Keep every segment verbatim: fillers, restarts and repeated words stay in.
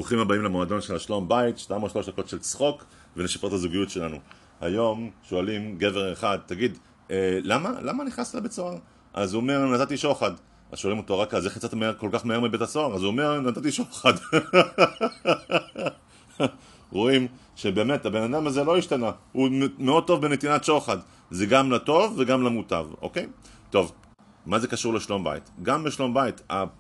ברוכים הבאים למועדון של השלום בית, שתיים או שלוש דקות של צחוק ונשפר את הזוגיות שלנו. היום שואלים גבר אחד, תגיד, אה, למה? למה נכנסת לבית סוהר? אז הוא אומר, נתתי שוחד. אז שואלים אותו, רק אז איך יצאת מהר, כל כך מהר מבית הסוהר? אז הוא אומר, נתתי שוחד. רואים שבאמת הבן אדם הזה לא השתנה, הוא מאוד טוב בנתינת שוחד, זה גם לטוב וגם למוטב, אוקיי? טוב, מה זה קשור לשלום בית? גם בשלום בית,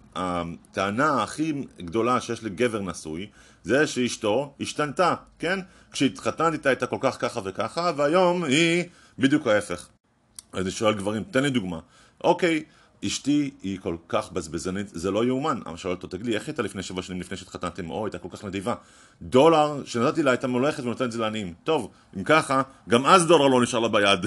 הטענה הכי גדולה שיש לגבר נשוי, זה שאשתו השתנתה, כן? כשהתחתנתי איתה הייתה כל כך ככה וככה, והיום היא בדיוק ההפך. אז אני שואל גברים, תן לי דוגמה. אוקיי, אשתי היא כל כך בזבזנית, זה לא יאומן. אבל שואל אותו, תגיד לי, איך הייתה לפני שבע שנים לפני שהתחתנתם? או, הייתה כל כך נדיבה. דולר שנתתי לה הייתה מולכת ונותנת את זה לעניים. טוב, אם ככה, גם אז דולר לא נשאר לה ביד.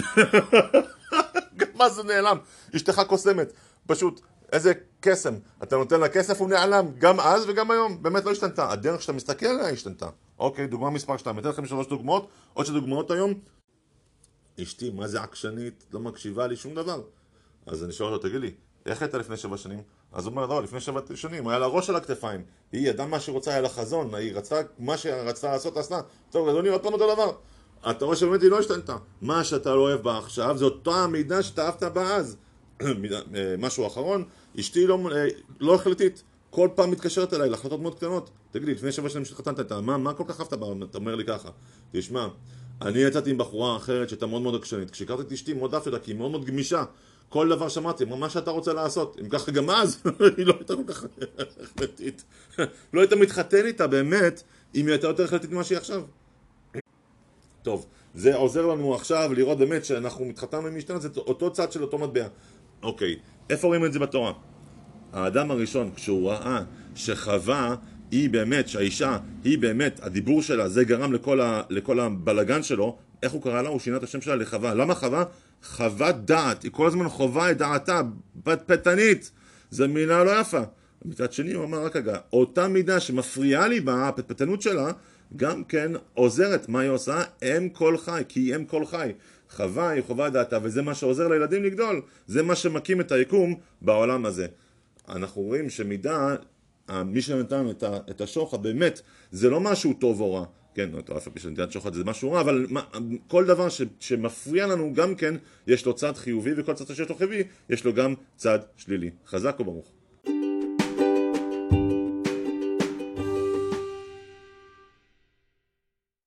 גם אז זה נעלם. אשתך קוסמת. פשוט, איזה קסם. אתה נותן לה כסף, הוא נעלם. גם אז וגם היום. באמת לא השתנתה. הדרך שאתה מסתכל עליה השתנתה. אוקיי, דוגמה מספר שתיים. אתן לכם שלוש דוגמאות. עוד שדוגמאות היום. אשתי, מה זה עקשנית? לא מקשיבה לי שום דבר. אז אני שואל אותו, תגיד לי, איך הייתה לפני שבע שנים? אז הוא אומר, לא, לפני שבע שנים, היה לה ראש על הכתפיים. היא ידעה מה שרוצה, היה לה חזון, היא רצתה, מה שרצתה לעשות, עשתה. טוב, אדוני, עוד פעם אותו דבר. אתה רואה שבאמת היא לא השתנתה. מה שאתה לא אוהב בה עכשיו, זה אותו המידע שאתה אהבת בה אז. משהו אחרון, אשתי לא, לא החלטית. כל פעם מתקשרת אליי להחלטות מאוד קטנות. תגיד לי, לפני שבע שנים שהתחתנת איתה, מה, מה כל כך אהבת בה? אתה אומר לי ככה. תשמע, אני יצאתי עם בחורה אחרת שהייתה מאוד מאוד עקשנית. כשהכרתי את אשתי מאוד אהבתי אותה, כי היא מאוד מאוד גמישה. כל דבר שמעתי, מה שאתה רוצה לעשות. אם ככה גם אז, היא לא הייתה כל כך החלטית. לא הייתה מתחתן איתה באמת, אם היא הייתה יותר החלטית ממה שהיא עכשיו. טוב, זה עוזר לנו עכשיו לראות באמת שאנחנו מתחתנו עם משתנה, זה אותו צד של אותו מטבע. אוקיי, איפה רואים את זה בתורה? האדם הראשון, כשהוא ראה שחווה היא באמת, שהאישה היא באמת, הדיבור שלה, זה גרם לכל, ה, לכל הבלגן שלו, איך הוא קרא לה? הוא שינה את השם שלה לחווה. למה חווה? חוות דעת, היא כל הזמן חווה את דעתה, פטפטנית, זו מילה לא יפה. מצד שני הוא אמר רק רגע, אותה מידה שמפריעה לי בה, הפטפטנות שלה, גם כן עוזרת, מה היא עושה? אם כל חי, כי היא אם כל חי. חווה היא חווה דעתה, וזה מה שעוזר לילדים לגדול, זה מה שמקים את היקום בעולם הזה. אנחנו רואים שמידה, מי שנתן את השוחד, באמת, זה לא משהו טוב או רע. כן, אף פעם שנתן שוחד זה משהו רע, אבל כל דבר שמפריע לנו גם כן, יש לו צד חיובי, וכל צד שיש לו חיובי, יש לו גם צד שלילי. חזק וברוך.